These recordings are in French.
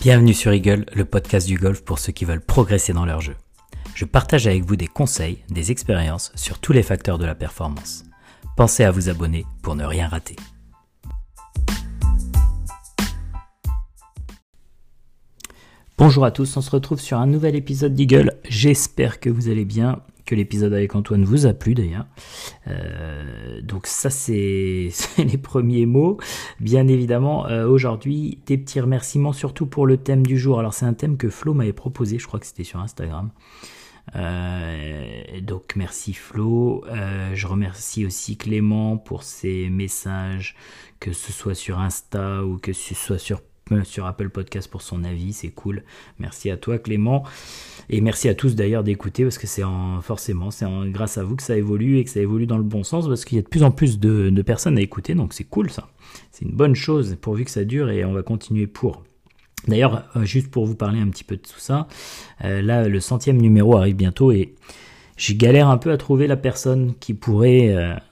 Bienvenue sur Eagle, le podcast du golf pour ceux qui veulent progresser dans leur jeu. Je partage avec vous des conseils, des expériences sur tous les facteurs de la performance. Pensez à vous abonner pour ne rien rater. Bonjour à tous, on se retrouve sur un nouvel épisode d'Eagle. J'espère que vous allez bien, que l'épisode avec Antoine vous a plu d'ailleurs. Donc ça c'est les premiers mots. Bien évidemment, aujourd'hui, des petits remerciements surtout pour le thème du jour. Alors c'est un thème que Flo m'avait proposé, je crois que c'était sur Instagram. Donc merci Flo. Je remercie aussi Clément pour ses messages, que ce soit sur Insta ou que ce soit sur Apple Podcast pour son avis, c'est cool. Merci à toi Clément et merci à tous d'ailleurs d'écouter parce que c'est grâce à vous que ça évolue et que ça évolue dans le bon sens parce qu'il y a de plus en plus de personnes à écouter, donc c'est cool ça. C'est une bonne chose pourvu que ça dure et on va continuer pour. D'ailleurs, juste pour vous parler un petit peu de tout ça, là le 100e numéro arrive bientôt et je galère un peu à trouver la personne qui pourrait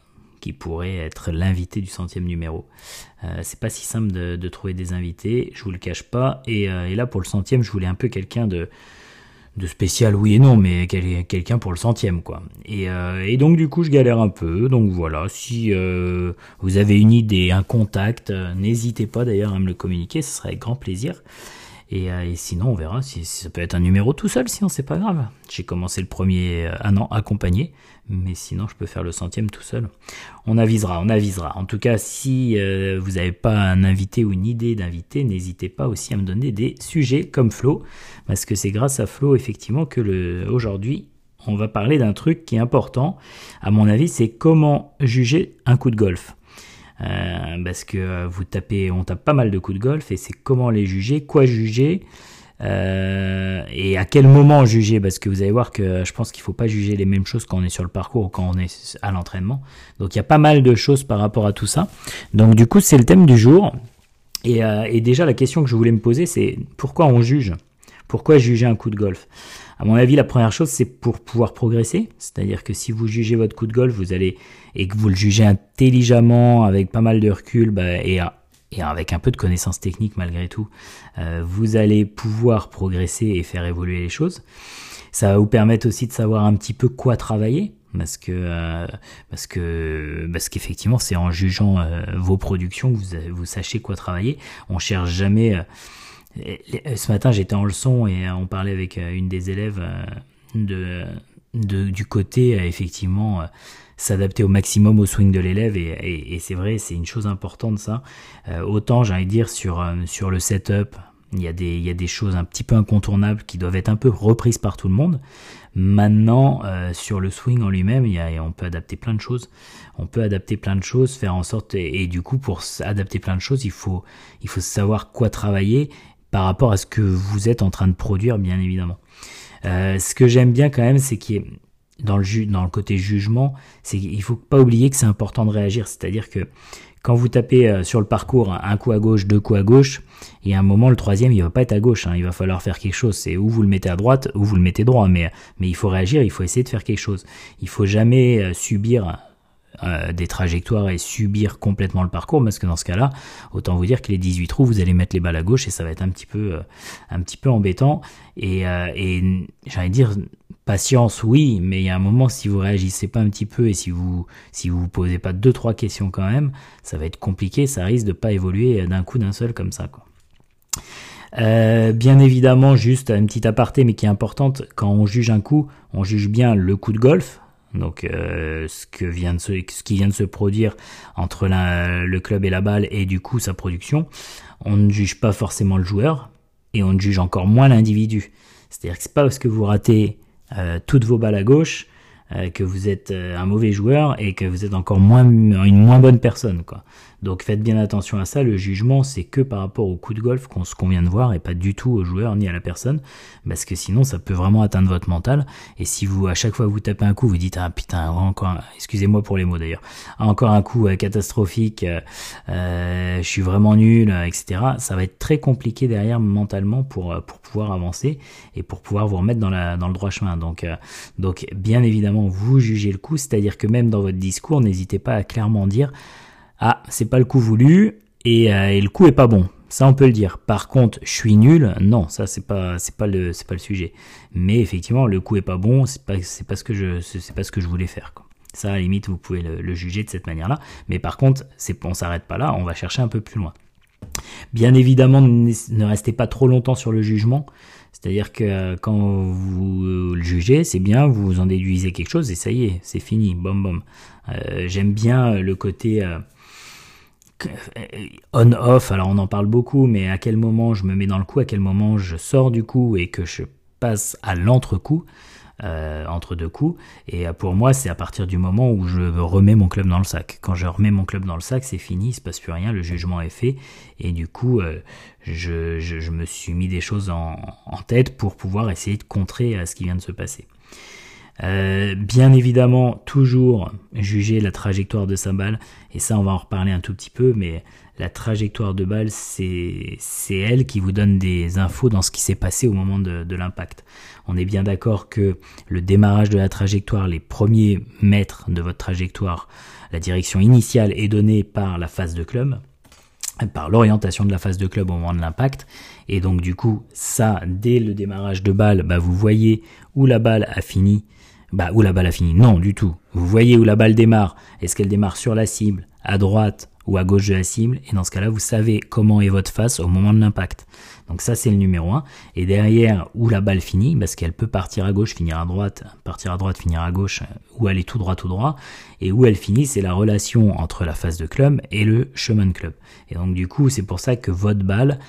être l'invité du 100e numéro. C'est pas si simple de trouver des invités, je vous le cache pas. Et là pour le 100e, je voulais un peu quelqu'un de spécial, oui et non, mais quelqu'un pour le 100e quoi. Et donc du coup je galère un peu. Donc voilà, si vous avez une idée, un contact, n'hésitez pas d'ailleurs à me le communiquer, ce serait avec grand plaisir. Et sinon on verra si ça peut être un numéro tout seul, sinon c'est pas grave. J'ai commencé le premier accompagné, mais sinon je peux faire le 100e tout seul. On avisera. En tout cas, si vous n'avez pas un invité ou une idée d'invité, n'hésitez pas aussi à me donner des sujets comme Flo, parce que c'est grâce à Flo effectivement que aujourd'hui on va parler d'un truc qui est important. À mon avis, c'est comment juger un coup de golf. Parce que on tape pas mal de coups de golf et c'est comment les juger, quoi juger et à quel moment juger, parce que vous allez voir que je pense qu'il faut pas juger les mêmes choses quand on est sur le parcours ou quand on est à l'entraînement. Donc il y a pas mal de choses par rapport à tout ça. Donc du coup c'est le thème du jour et déjà la question que je voulais me poser c'est pourquoi on juge ? Pourquoi juger un coup de golf ? À mon avis, la première chose, c'est pour pouvoir progresser. C'est-à-dire que si vous jugez votre coup de golf, et que vous le jugez intelligemment, avec pas mal de recul, et avec un peu de connaissances techniques malgré tout, vous allez pouvoir progresser et faire évoluer les choses. Ça va vous permettre aussi de savoir un petit peu quoi travailler. Parce qu'effectivement, c'est en jugeant vos productions que vous sachez quoi travailler. On cherche jamais... Ce matin j'étais en leçon et on parlait avec une des élèves du côté effectivement s'adapter au maximum au swing de l'élève et c'est vrai, c'est une chose importante ça. Autant j'ai envie de dire sur le setup il y a des choses un petit peu incontournables qui doivent être un peu reprises par tout le monde. Maintenant sur le swing en lui-même on peut adapter plein de choses. Faire en sorte et du coup pour adapter plein de choses il faut savoir quoi travailler par rapport à ce que vous êtes en train de produire, bien évidemment. Ce que j'aime bien quand même, c'est qu'il y ait, dans le côté jugement, c'est qu'il faut pas oublier que c'est important de réagir. C'est-à-dire que quand vous tapez sur le parcours un coup à gauche, deux coups à gauche, et à un moment, le troisième, il va pas être à gauche. Il va falloir faire quelque chose. C'est ou vous le mettez à droite, ou vous le mettez droit. Mais il faut réagir, il faut essayer de faire quelque chose. Il faut jamais subir des trajectoires et subir complètement le parcours, parce que dans ce cas-là, autant vous dire que les 18 trous, vous allez mettre les balles à gauche et ça va être un petit peu embêtant et j'ai envie de dire patience, oui, mais il y a un moment, si vous réagissez pas un petit peu et si vous posez pas 2-3 questions quand même, ça va être compliqué, ça risque de pas évoluer d'un coup d'un seul comme ça, quoi. Bien évidemment, juste une petite aparté mais qui est importante, quand on juge un coup, on juge bien le coup de golf. Donc ce qui vient de se produire entre le club et la balle et du coup sa production, on ne juge pas forcément le joueur et on ne juge encore moins l'individu. C'est-à-dire que c'est pas parce que vous ratez toutes vos balles à gauche que vous êtes un mauvais joueur et que vous êtes encore une moins bonne personne, quoi. Donc faites bien attention à ça, le jugement c'est que par rapport au coup de golf qu'on vient de voir et pas du tout au joueur ni à la personne, parce que sinon ça peut vraiment atteindre votre mental. Et si vous à chaque fois que vous tapez un coup vous dites ah putain encore, excusez-moi pour les mots d'ailleurs, encore un coup catastrophique, je suis vraiment nul, etc. Ça va être très compliqué derrière mentalement pour pouvoir avancer et pour pouvoir vous remettre dans le droit chemin. Donc bien évidemment vous jugez le coup, c'est-à-dire que même dans votre discours n'hésitez pas à clairement dire ah, c'est pas le coup voulu et le coup est pas bon. Ça, on peut le dire. Par contre, je suis nul. Non, ça, c'est pas le sujet. Mais effectivement, le coup est pas bon. C'est pas ce que je voulais faire, quoi. Ça, à la limite, vous pouvez le juger de cette manière-là. Mais par contre, on s'arrête pas là. On va chercher un peu plus loin. Bien évidemment, ne restez pas trop longtemps sur le jugement. C'est-à-dire que quand vous le jugez, c'est bien, vous en déduisez quelque chose et ça y est, c'est fini. Bom, bom. J'aime bien le côté on-off, alors on en parle beaucoup, mais à quel moment je me mets dans le coup, à quel moment je sors du coup et que je passe à l'entre-coup, entre deux coups. Et pour moi, c'est à partir du moment où je remets mon club dans le sac. Quand je remets mon club dans le sac, c'est fini, il se passe plus rien, le jugement est fait. Et du coup, je me suis mis des choses en tête pour pouvoir essayer de contrer ce qui vient de se passer. Bien évidemment, toujours juger la trajectoire de sa balle, et ça on va en reparler un tout petit peu, mais la trajectoire de balle, c'est elle qui vous donne des infos dans ce qui s'est passé au moment de l'impact. On est bien d'accord que le démarrage de la trajectoire, les premiers mètres de votre trajectoire, la direction initiale est donnée par la phase de club, par l'orientation de la phase de club au moment de l'impact, et donc du coup, ça, dès le démarrage de balle, vous voyez où la balle a fini. Où la balle a fini, non du tout. Vous voyez où la balle démarre. Est-ce qu'elle démarre sur la cible, à droite ou à gauche de la cible? Et dans ce cas-là, vous savez comment est votre face au moment de l'impact. Donc ça, c'est le numéro 1. Et derrière, où la balle finit, parce qu'elle peut partir à gauche, finir à droite, finir à gauche, ou aller tout droit. Et où elle finit, c'est la relation entre la phase de club et le chemin de club. Et donc du coup, c'est pour ça que votre balle,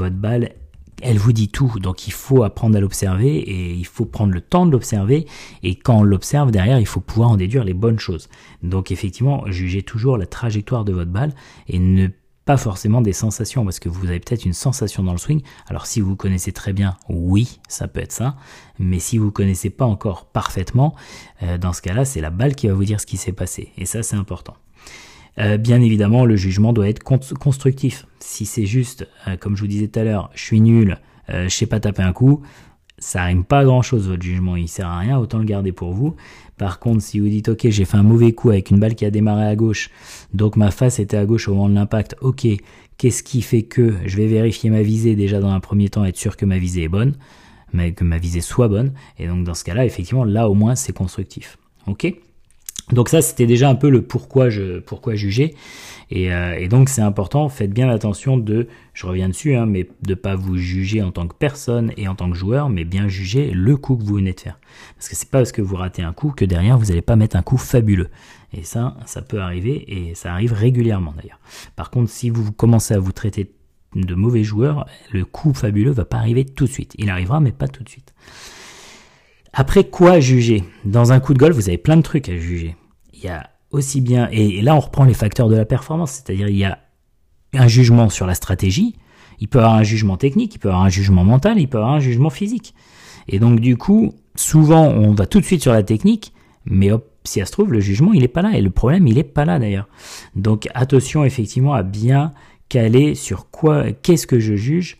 elle vous dit tout, donc il faut apprendre à l'observer et il faut prendre le temps de l'observer, et quand on l'observe derrière, il faut pouvoir en déduire les bonnes choses. Donc effectivement, jugez toujours la trajectoire de votre balle et ne pas forcément des sensations, parce que vous avez peut-être une sensation dans le swing. Alors si vous connaissez très bien, oui, ça peut être ça, mais si vous connaissez pas encore parfaitement, dans ce cas-là, c'est la balle qui va vous dire ce qui s'est passé, et ça c'est important. Bien évidemment, le jugement doit être constructif. Si c'est juste, comme je vous disais tout à l'heure, je suis nul, je sais pas taper un coup, ça rime pas à grand chose votre jugement, il sert à rien, autant le garder pour vous. Par contre, si vous dites ok, j'ai fait un mauvais coup avec une balle qui a démarré à gauche, donc ma face était à gauche au moment de l'impact, ok, qu'est-ce qui fait que je vais vérifier ma visée déjà dans un premier temps, être sûr que ma visée est bonne, mais que ma visée soit bonne, et donc dans ce cas-là, effectivement, là au moins c'est constructif. Ok ? Donc ça, c'était déjà un peu le pourquoi juger, et donc c'est important. Faites bien attention je reviens dessus, mais de pas vous juger en tant que personne et en tant que joueur, mais bien juger le coup que vous venez de faire. Parce que c'est pas parce que vous ratez un coup que derrière vous allez pas mettre un coup fabuleux. Et ça peut arriver, et ça arrive régulièrement d'ailleurs. Par contre, si vous commencez à vous traiter de mauvais joueur, le coup fabuleux va pas arriver tout de suite. Il arrivera, mais pas tout de suite. Après, quoi juger? Dans un coup de golf, vous avez plein de trucs à juger. Il y a aussi bien, et là on reprend les facteurs de la performance, c'est-à-dire il y a un jugement sur la stratégie, il peut y avoir un jugement technique, il peut y avoir un jugement mental, il peut y avoir un jugement physique. Et donc du coup, souvent on va tout de suite sur la technique, mais hop, si ça se trouve, le jugement il est pas là, et le problème il est pas là d'ailleurs. Donc attention effectivement à bien caler sur qu'est-ce que je juge,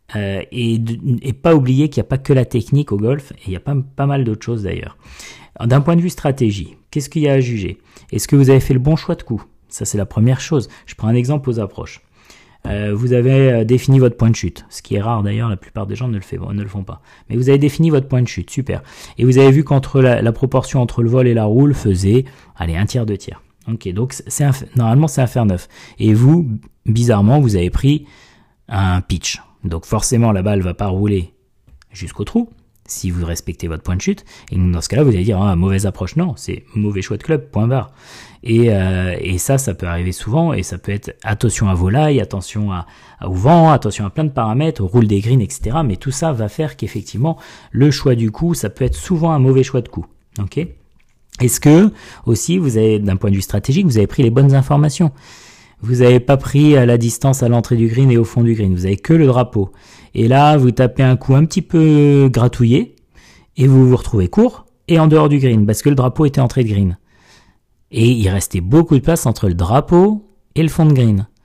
et pas oublier qu'il n'y a pas que la technique au golf, et il y a pas mal d'autres choses d'ailleurs. D'un point de vue stratégie, qu'est-ce qu'il y a à juger? Est-ce que vous avez fait le bon choix de coup? Ça c'est la première chose. Je prends un exemple aux approches. Vous avez défini votre point de chute, ce qui est rare d'ailleurs, la plupart des gens ne le font pas. Mais vous avez défini votre point de chute, super. Et vous avez vu qu'entre la proportion entre le vol et la roule faisait, un tiers de tir. Ok, donc normalement c'est un fer neuf. Et vous, bizarrement, vous avez pris un pitch. Donc forcément la balle va pas rouler jusqu'au trou si vous respectez votre point de chute, et dans ce cas-là vous allez dire mauvaise approche. Non, c'est mauvais choix de club, point barre. Et ça peut arriver souvent, et ça peut être attention à volaille, attention au vent, attention à plein de paramètres, au roule des greens, etc. Mais tout ça va faire qu'effectivement le choix du coup, ça peut être souvent un mauvais choix de coup. Ok ? Est-ce que aussi vous avez, d'un point de vue stratégique, vous avez pris les bonnes informations? Vous n'avez pas pris à la distance à l'entrée du green et au fond du green. Vous avez que le drapeau. Et là, vous tapez un coup un petit peu gratouillé et vous vous retrouvez court et en dehors du green parce que le drapeau était entrée de green. Et il restait beaucoup de place entre le drapeau et le fond de green.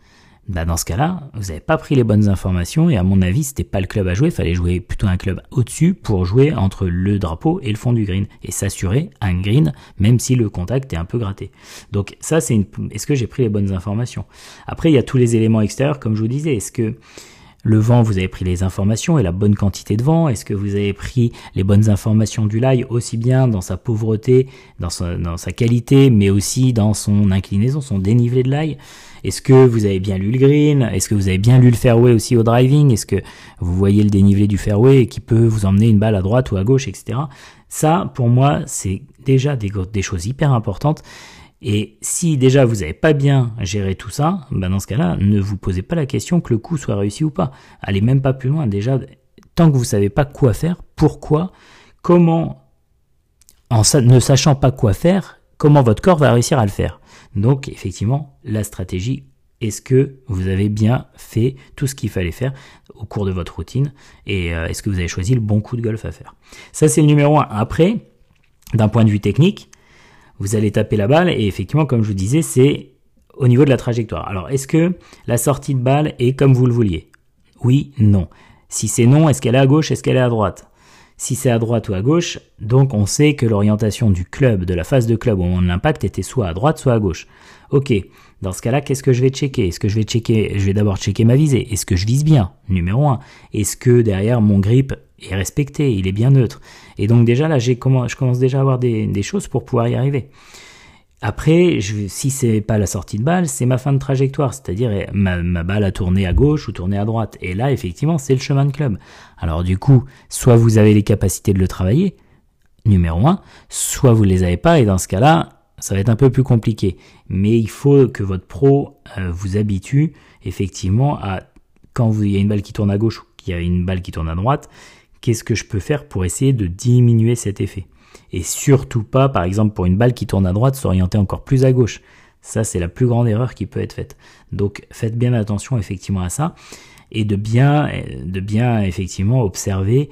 Bah dans ce cas-là, vous n'avez pas pris les bonnes informations et à mon avis, c'était pas le club à jouer, il fallait jouer plutôt un club au-dessus pour jouer entre le drapeau et le fond du green et s'assurer un green même si le contact est un peu gratté. Donc ça est-ce que j'ai pris les bonnes informations? Après, il y a tous les éléments extérieurs comme je vous disais, est-ce que le vent, vous avez pris les informations et la bonne quantité de vent? Est-ce que vous avez pris les bonnes informations du lie, aussi bien dans sa pauvreté, dans sa qualité, mais aussi dans son inclinaison, son dénivelé de lie? Est-ce que vous avez bien lu le green? Est-ce que vous avez bien lu le fairway aussi au driving? Est-ce que vous voyez le dénivelé du fairway qui peut vous emmener une balle à droite ou à gauche, etc. Ça, pour moi, c'est déjà des choses hyper importantes. Et si déjà vous n'avez pas bien géré tout ça, ben dans ce cas-là, ne vous posez pas la question que le coup soit réussi ou pas. Allez même pas plus loin. Déjà, tant que vous savez pas quoi faire, pourquoi, comment, ne sachant pas quoi faire, comment votre corps va réussir à le faire. Donc effectivement, la stratégie, est-ce que vous avez bien fait tout ce qu'il fallait faire au cours de votre routine et est-ce que vous avez choisi le bon coup de golf à faire? Ça, c'est le numéro 1. Après, d'un point de vue technique, vous allez taper la balle et effectivement, comme je vous disais, c'est au niveau de la trajectoire. Alors, est-ce que la sortie de balle est comme vous le vouliez? Oui, non. Si c'est non, est-ce qu'elle est à gauche, est-ce qu'elle est à droite? Si c'est à droite ou à gauche, donc on sait que l'orientation du club, de la phase de club au moment de l'impact était soit à droite, soit à gauche. Ok, dans ce cas-là, qu'est-ce que je vais checker? Est-ce que je vais checker? Je vais d'abord checker ma visée. Est-ce que je vise bien? Numéro 1. Est-ce que derrière mon grip est respecté? Il est bien neutre? Et donc déjà là, je commence déjà à avoir des choses pour pouvoir y arriver. Après, si c'est pas la sortie de balle, c'est ma fin de trajectoire, c'est-à-dire ma balle a tourné à gauche ou tourné à droite. Et là, effectivement, c'est le chemin de club. Alors du coup, soit vous avez les capacités de le travailler, numéro 1, soit vous les avez pas, et dans ce cas-là, ça va être un peu plus compliqué. Mais il faut que votre pro vous habitue effectivement à, quand il y a une balle qui tourne à gauche ou qu'il y a une balle qui tourne à droite, qu'est-ce que je peux faire pour essayer de diminuer cet effet? Et surtout pas, par exemple, pour une balle qui tourne à droite, s'orienter encore plus à gauche. Ça, c'est la plus grande erreur qui peut être faite. Donc, faites bien attention effectivement à ça et de bien effectivement observer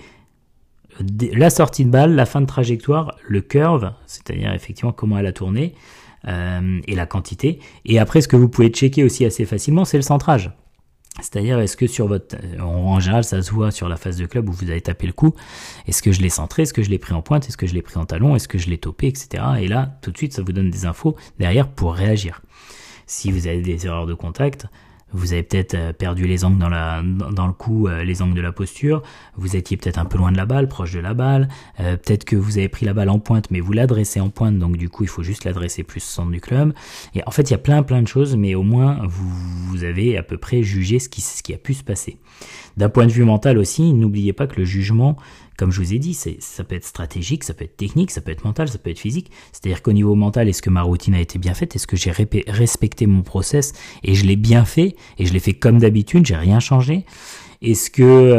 la sortie de balle, la fin de trajectoire, le curve, c'est-à-dire effectivement comment elle a tourné et la quantité. Et après, ce que vous pouvez checker aussi assez facilement, c'est le centrage. C'est-à-dire, est-ce que sur votre... En général, ça se voit sur la phase de club où vous avez tapé le coup. Est-ce que je l'ai centré? Est-ce que je l'ai pris en pointe? Est-ce que je l'ai pris en talon? Est-ce que je l'ai topé? Etc. Et là, tout de suite, ça vous donne des infos derrière pour réagir. Si vous avez des erreurs de contact, vous avez peut-être perdu les angles dans le coup, les angles de la posture. Vous étiez peut-être un peu loin de la balle, proche de la balle. Peut-être que vous avez pris la balle en pointe, mais vous l'adressez en pointe, donc du coup, il faut juste l'adresser plus au centre du club. Et en fait, il y a plein de choses, mais au moins, vous avez à peu près jugé ce qui a pu se passer. D'un point de vue mental aussi, n'oubliez pas que le jugement, comme je vous ai dit, ça peut être stratégique, ça peut être technique, ça peut être mental, ça peut être physique. C'est-à-dire qu'au niveau mental, est-ce que ma routine a été bien faite? Est-ce que j'ai respecté mon process et je l'ai bien fait et je l'ai fait comme d'habitude, j'ai rien changé? Est-ce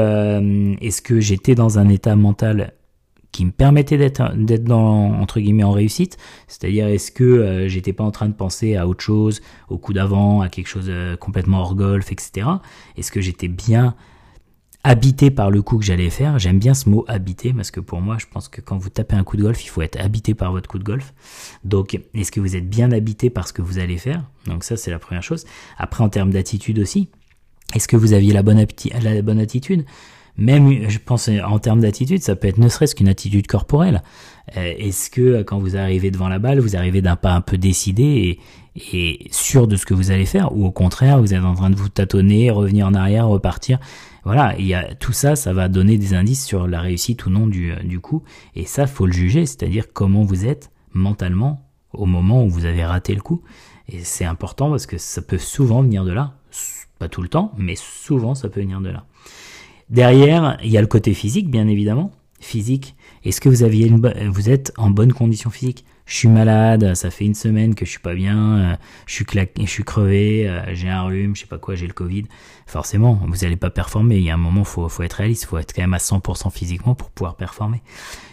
que j'étais dans un état mental qui me permettait d'être dans, entre guillemets, en réussite? C'est-à-dire, est-ce que j'étais pas en train de penser à autre chose, au coup d'avant, à quelque chose complètement hors golf, etc. Est-ce que j'étais bien habité par le coup que j'allais faire? J'aime bien ce mot habité parce que pour moi, je pense que quand vous tapez un coup de golf, il faut être habité par votre coup de golf. Donc, est-ce que vous êtes bien habité par ce que vous allez faire? Donc ça, c'est la première chose. Après, en termes d'attitude aussi, est-ce que vous aviez la bonne attitude? Même, je pense, en termes d'attitude, ça peut être ne serait-ce qu'une attitude corporelle. Est-ce que quand vous arrivez devant la balle, vous arrivez d'un pas un peu décidé et sûr de ce que vous allez faire, ou au contraire, vous êtes en train de vous tâtonner, revenir en arrière, repartir? Voilà, il y a tout ça, ça va donner des indices sur la réussite ou non du coup. Et ça, faut le juger, c'est-à-dire comment vous êtes mentalement au moment où vous avez raté le coup. Et c'est important parce que ça peut souvent venir de là. Pas tout le temps, mais souvent ça peut venir de là. Derrière, il y a le côté physique, bien évidemment. Physique, est-ce que vous êtes en bonne condition physique? Je suis malade, ça fait une semaine que je suis pas bien, je suis crevé, j'ai un rhume, je sais pas quoi, j'ai le Covid. Forcément, vous allez pas performer. Il y a un moment, faut être réaliste, faut être quand même à 100% physiquement pour pouvoir performer.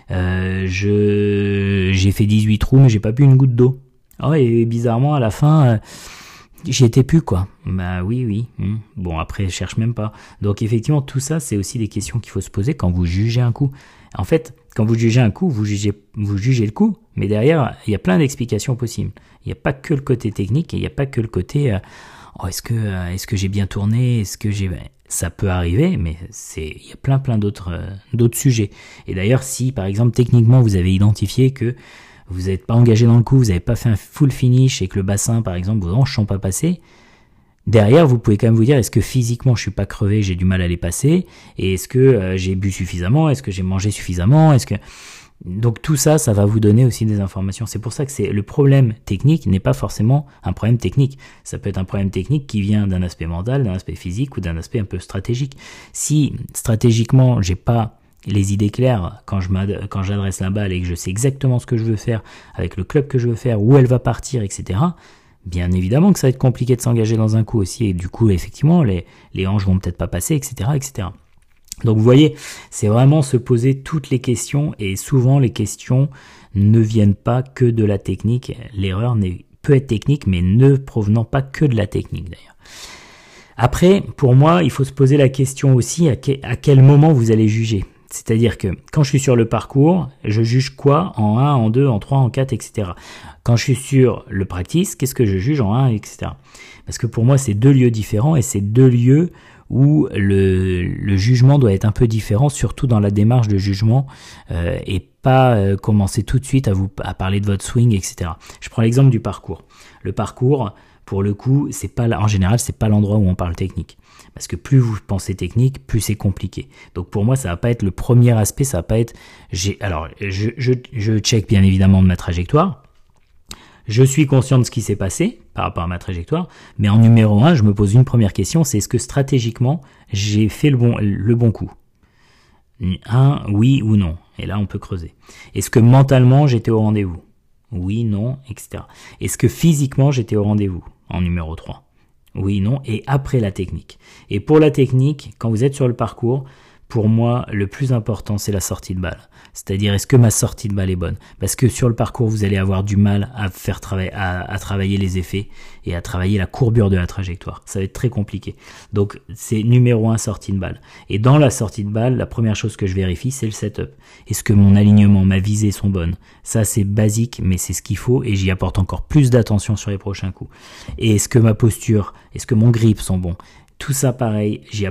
J'ai fait 18 trous, mais j'ai pas bu une goutte d'eau. Oh, et bizarrement, à la fin, j'y étais plus, quoi. Bah oui. Bon, après, je cherche même pas. Donc effectivement, tout ça, c'est aussi des questions qu'il faut se poser quand vous jugez un coup. En fait, Quand vous jugez un coup, vous jugez le coup, mais derrière, il y a plein d'explications possibles. Il n'y a pas que le côté technique, et il n'y a pas que le côté est-ce que j'ai bien tourné, ça peut arriver, mais il y a plein d'autres sujets. Et d'ailleurs, si par exemple techniquement vous avez identifié que vous n'êtes pas engagé dans le coup, vous n'avez pas fait un full finish et que le bassin par exemple vos hanches ne sont pas passées, derrière vous pouvez quand même vous dire est-ce que physiquement je suis pas crevé, j'ai du mal à les passer, et est-ce que j'ai bu suffisamment, est-ce que j'ai mangé suffisamment, donc tout ça, ça va vous donner aussi des informations. C'est pour ça que le problème technique n'est pas forcément un problème technique. Ça peut être un problème technique qui vient d'un aspect mental, d'un aspect physique ou d'un aspect un peu stratégique. Si stratégiquement, j'ai pas les idées claires quand j'adresse la balle et que je sais exactement ce que je veux faire avec le club que je veux faire, où elle va partir, etc., bien évidemment que ça va être compliqué de s'engager dans un coup aussi. Et du coup, effectivement, les hanches vont peut-être pas passer, etc., etc. Donc vous voyez, c'est vraiment se poser toutes les questions, et souvent les questions ne viennent pas que de la technique. L'erreur peut être technique, mais ne provenant pas que de la technique d'ailleurs. Après, pour moi, il faut se poser la question aussi à quel moment vous allez juger. C'est-à-dire que quand je suis sur le parcours, je juge quoi en 1, en 2, en 3, en 4, etc. Quand je suis sur le practice, qu'est-ce que je juge en 1, etc. Parce que pour moi, c'est deux lieux différents, et c'est deux lieux où le jugement doit être un peu différent, surtout dans la démarche de jugement, et pas commencer tout de suite à parler de votre swing, etc. Je prends l'exemple du parcours. Le parcours, pour le coup, en général, c'est pas l'endroit où on parle technique. Parce que plus vous pensez technique, plus c'est compliqué. Donc pour moi, ça va pas être le premier aspect, ça va pas être... Je check bien évidemment de ma trajectoire. Je suis conscient de ce qui s'est passé par rapport à ma trajectoire, mais en numéro 1, je me pose une première question, c'est est-ce que stratégiquement, j'ai fait le bon coup ? Oui ou non ? Et là, on peut creuser. Est-ce que mentalement, j'étais au rendez-vous ? Oui, non, etc. Est-ce que physiquement, j'étais au rendez-vous ? En numéro 3. Oui, non, et après la technique. Et pour la technique, quand vous êtes sur le parcours, pour moi, le plus important, c'est la sortie de balle. C'est-à-dire, est-ce que ma sortie de balle est bonne ? Parce que sur le parcours, vous allez avoir du mal à travailler les effets et à travailler la courbure de la trajectoire. Ça va être très compliqué. Donc, c'est numéro 1, sortie de balle. Et dans la sortie de balle, la première chose que je vérifie, c'est le setup. Est-ce que mon alignement, ma visée sont bonnes ? Ça, c'est basique, mais c'est ce qu'il faut, et j'y apporte encore plus d'attention sur les prochains coups. Et est-ce que ma posture, est-ce que mon grip sont bons ? Tout ça, pareil, j'y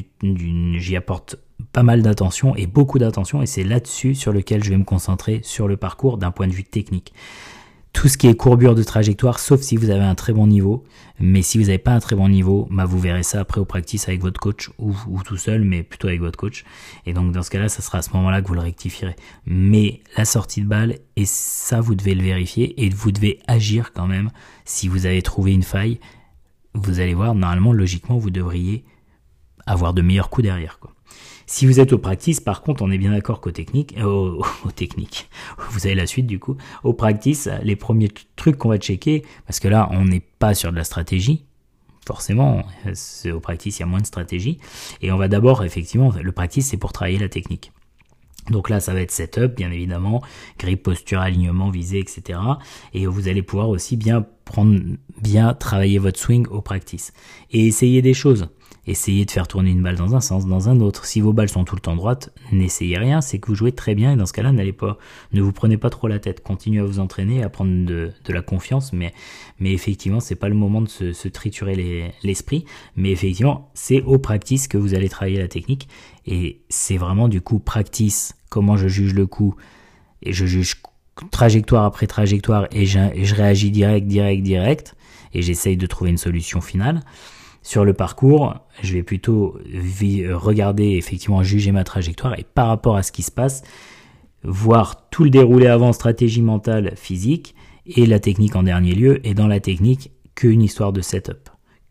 apporte pas mal d'attention et beaucoup d'attention, et c'est là-dessus sur lequel je vais me concentrer sur le parcours d'un point de vue technique. Tout ce qui est courbure de trajectoire, sauf si vous avez un très bon niveau, mais si vous n'avez pas un très bon niveau, vous verrez ça après au practice avec votre coach ou tout seul, mais plutôt avec votre coach. Et donc dans ce cas-là, ça sera à ce moment-là que vous le rectifierez. Mais la sortie de balle, et ça vous devez le vérifier, et vous devez agir quand même. Si vous avez trouvé une faille, vous allez voir, normalement, logiquement, vous devriez avoir de meilleurs coups derrière, quoi. Si vous êtes au practice, par contre, on est bien d'accord qu'au technique, vous avez la suite du coup, au practice, les premiers trucs qu'on va checker, parce que là, on n'est pas sur de la stratégie, forcément, au practice, il y a moins de stratégie, et on va d'abord, effectivement, le practice, c'est pour travailler la technique. Donc là, ça va être setup, bien évidemment, grip, posture, alignement, visée, etc. Et vous allez pouvoir aussi bien travailler votre swing au practice. Et essayer des choses. Essayez de faire tourner une balle dans un sens, dans un autre. Si vos balles sont tout le temps droites, n'essayez rien, c'est que vous jouez très bien, et dans ce cas-là, ne vous prenez pas trop la tête. Continuez à vous entraîner, à prendre de la confiance, mais effectivement, c'est pas le moment de se triturer l'esprit. Mais effectivement, c'est au practice que vous allez travailler la technique, et c'est vraiment du coup practice, comment je juge le coup, et je juge trajectoire après trajectoire, et je réagis direct, et j'essaye de trouver une solution finale. Sur le parcours, je vais plutôt regarder, effectivement, juger ma trajectoire, et par rapport à ce qui se passe, voir tout le déroulé avant, stratégie mentale, physique, et la technique en dernier lieu, et dans la technique, qu'une histoire de setup.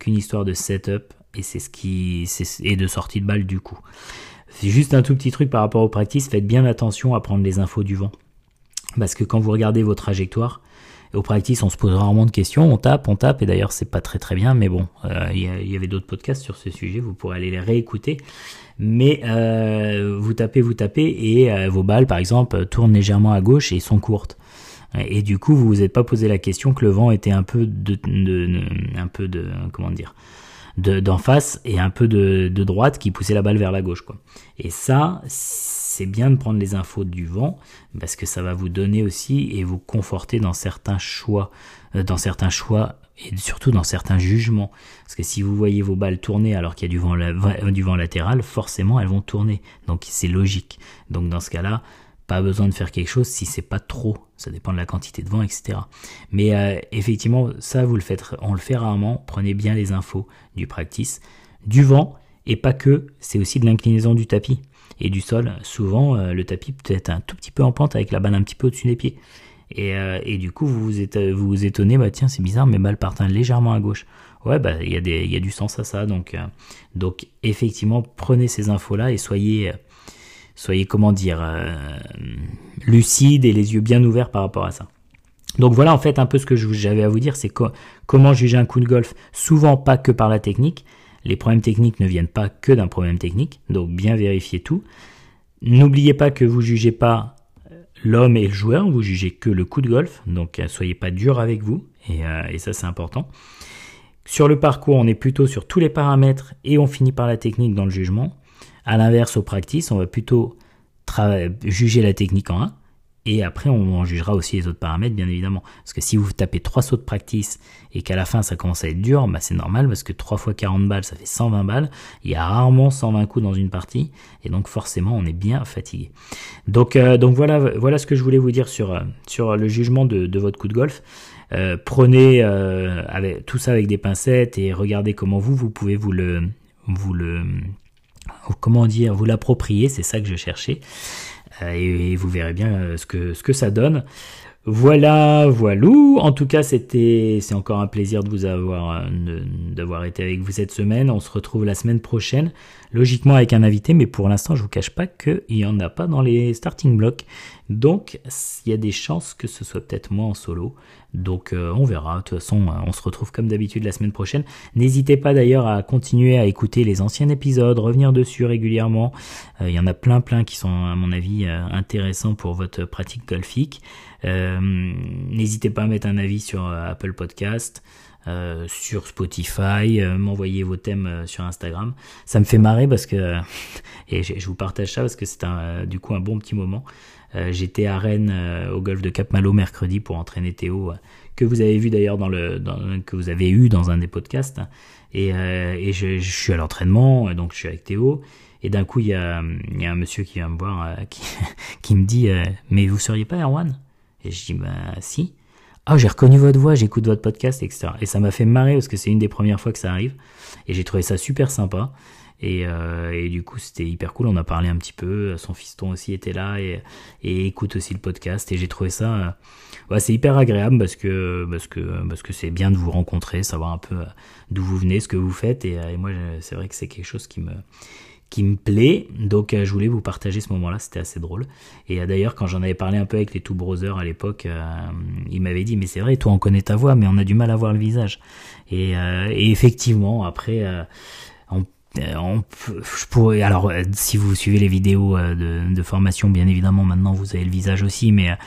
Et et de sortie de balle du coup. C'est juste un tout petit truc par rapport au practice, faites bien attention à prendre les infos du vent. Parce que quand vous regardez vos trajectoires, au practice, on se pose rarement de questions, on tape, et d'ailleurs c'est pas très très bien, mais bon, il y avait d'autres podcasts sur ce sujet, vous pourrez aller les réécouter, mais vous tapez, et vos balles par exemple tournent légèrement à gauche et sont courtes. Et du coup, vous vous êtes pas posé la question que le vent était un peu d'en face et un peu de droite qui poussait la balle vers la gauche, quoi. Et ça, c'est bien de prendre les infos du vent parce que ça va vous donner aussi et vous conforter dans certains choix et surtout dans certains jugements. Parce que si vous voyez vos balles tourner alors qu'il y a du vent latéral, forcément elles vont tourner. Donc c'est logique. Donc dans ce cas-là, pas besoin de faire quelque chose si c'est pas trop. Ça dépend de la quantité de vent, etc. Mais effectivement, ça on le fait rarement. Prenez bien les infos du practice, du vent et pas que. C'est aussi de l'inclinaison du tapis et du sol. Souvent, le tapis peut être un tout petit peu en pente avec la balle un petit peu au-dessus des pieds. Et du coup, vous vous étonnez, bah tiens, c'est bizarre, mes balles partent légèrement à gauche. Ouais, bah il y a du sens à ça. Donc effectivement, prenez ces infos-là et soyez comment dire, lucide et les yeux bien ouverts par rapport à ça. Donc voilà en fait un peu ce que j'avais à vous dire, c'est comment juger un coup de golf, souvent pas que par la technique. Les problèmes techniques ne viennent pas que d'un problème technique, donc bien vérifier tout. N'oubliez pas que vous jugez pas l'homme et le joueur, vous jugez que le coup de golf, donc soyez pas dur avec vous, et ça c'est important. Sur le parcours, on est plutôt sur tous les paramètres et on finit par la technique dans le jugement. À l'inverse, au practice, on va plutôt juger la technique en 1, et après on jugera aussi les autres paramètres, bien évidemment. Parce que si vous tapez 3 sauts de practice et qu'à la fin ça commence à être dur, bah c'est normal parce que 3 fois 40 balles, ça fait 120 balles. Il y a rarement 120 coups dans une partie, et donc forcément on est bien fatigué. Donc voilà ce que je voulais vous dire sur le jugement de votre coup de golf. Prenez tout ça avec des pincettes et regardez comment vous pouvez vous l'approprier, c'est ça que je cherchais, et vous verrez bien ce que ça donne. Voilou. En tout cas, c'est encore un plaisir de vous d'avoir été avec vous cette semaine. On se retrouve la semaine prochaine, logiquement avec un invité, mais pour l'instant, je vous cache pas qu'il y en a pas dans les starting blocks. Donc, il y a des chances que ce soit peut-être moi en solo. Donc, on verra. De toute façon, on se retrouve comme d'habitude la semaine prochaine. N'hésitez pas d'ailleurs à continuer à écouter les anciens épisodes, revenir dessus régulièrement. Il y en a plein qui sont, à mon avis, intéressants pour votre pratique golfique. N'hésitez pas à mettre un avis sur Apple Podcast, sur Spotify, m'envoyer vos thèmes sur Instagram. Ça me fait marrer parce que et je vous partage ça parce que c'est du coup un bon petit moment. J'étais à Rennes au golf de Cap-Malo mercredi pour entraîner Théo, que vous avez vu d'ailleurs que vous avez eu dans un des podcasts, et je suis à l'entraînement, donc je suis avec Théo. Et d'un coup, il y a un monsieur qui vient me voir, qui me dit mais vous seriez pas Erwan? Et je dis bah si. Ah, j'ai reconnu votre voix, j'écoute votre podcast, etc. Et ça m'a fait marrer parce que c'est une des premières fois que ça arrive. Et j'ai trouvé ça super sympa. Et du coup, c'était hyper cool. On a parlé un petit peu. Son fiston aussi était là et écoute aussi le podcast. Et j'ai trouvé ça, c'est hyper agréable parce que c'est bien de vous rencontrer, savoir un peu d'où vous venez, ce que vous faites. Et moi, c'est vrai que c'est quelque chose qui me plaît, donc je voulais vous partager ce moment-là, c'était assez drôle. Et d'ailleurs, quand j'en avais parlé un peu avec les Two Brothers à l'époque, ils m'avaient dit mais c'est vrai, toi on connaît ta voix, mais on a du mal à voir le visage. Et effectivement, après, je pourrais, alors si vous suivez les vidéos de formation, bien évidemment maintenant vous avez le visage aussi, mais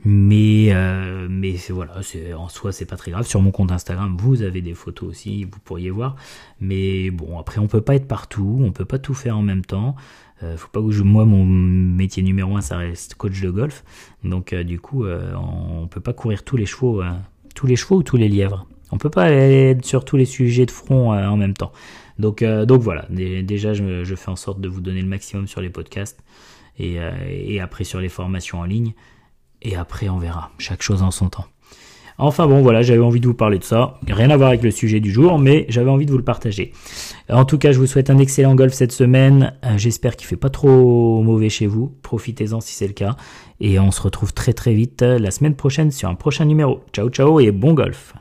voilà, en soi c'est pas très grave. Sur mon compte Instagram vous avez des photos aussi, vous pourriez voir, mais bon, après on peut pas être partout, on peut pas tout faire en même temps. Faut pas que moi mon métier numéro 1 ça reste coach de golf, donc du coup on peut pas courir tous les chevaux ou tous les lièvres. On peut pas aller sur tous les sujets de front en même temps. Donc voilà, déjà je fais en sorte de vous donner le maximum sur les podcasts et après sur les formations en ligne, et après on verra, chaque chose en son temps. Enfin bon, voilà, j'avais envie de vous parler de ça, rien à voir avec le sujet du jour, mais j'avais envie de vous le partager. En tout cas, je vous souhaite un excellent golf cette semaine, j'espère qu'il fait pas trop mauvais chez vous, profitez-en si c'est le cas, et on se retrouve très très vite la semaine prochaine sur un prochain numéro. Ciao et bon golf.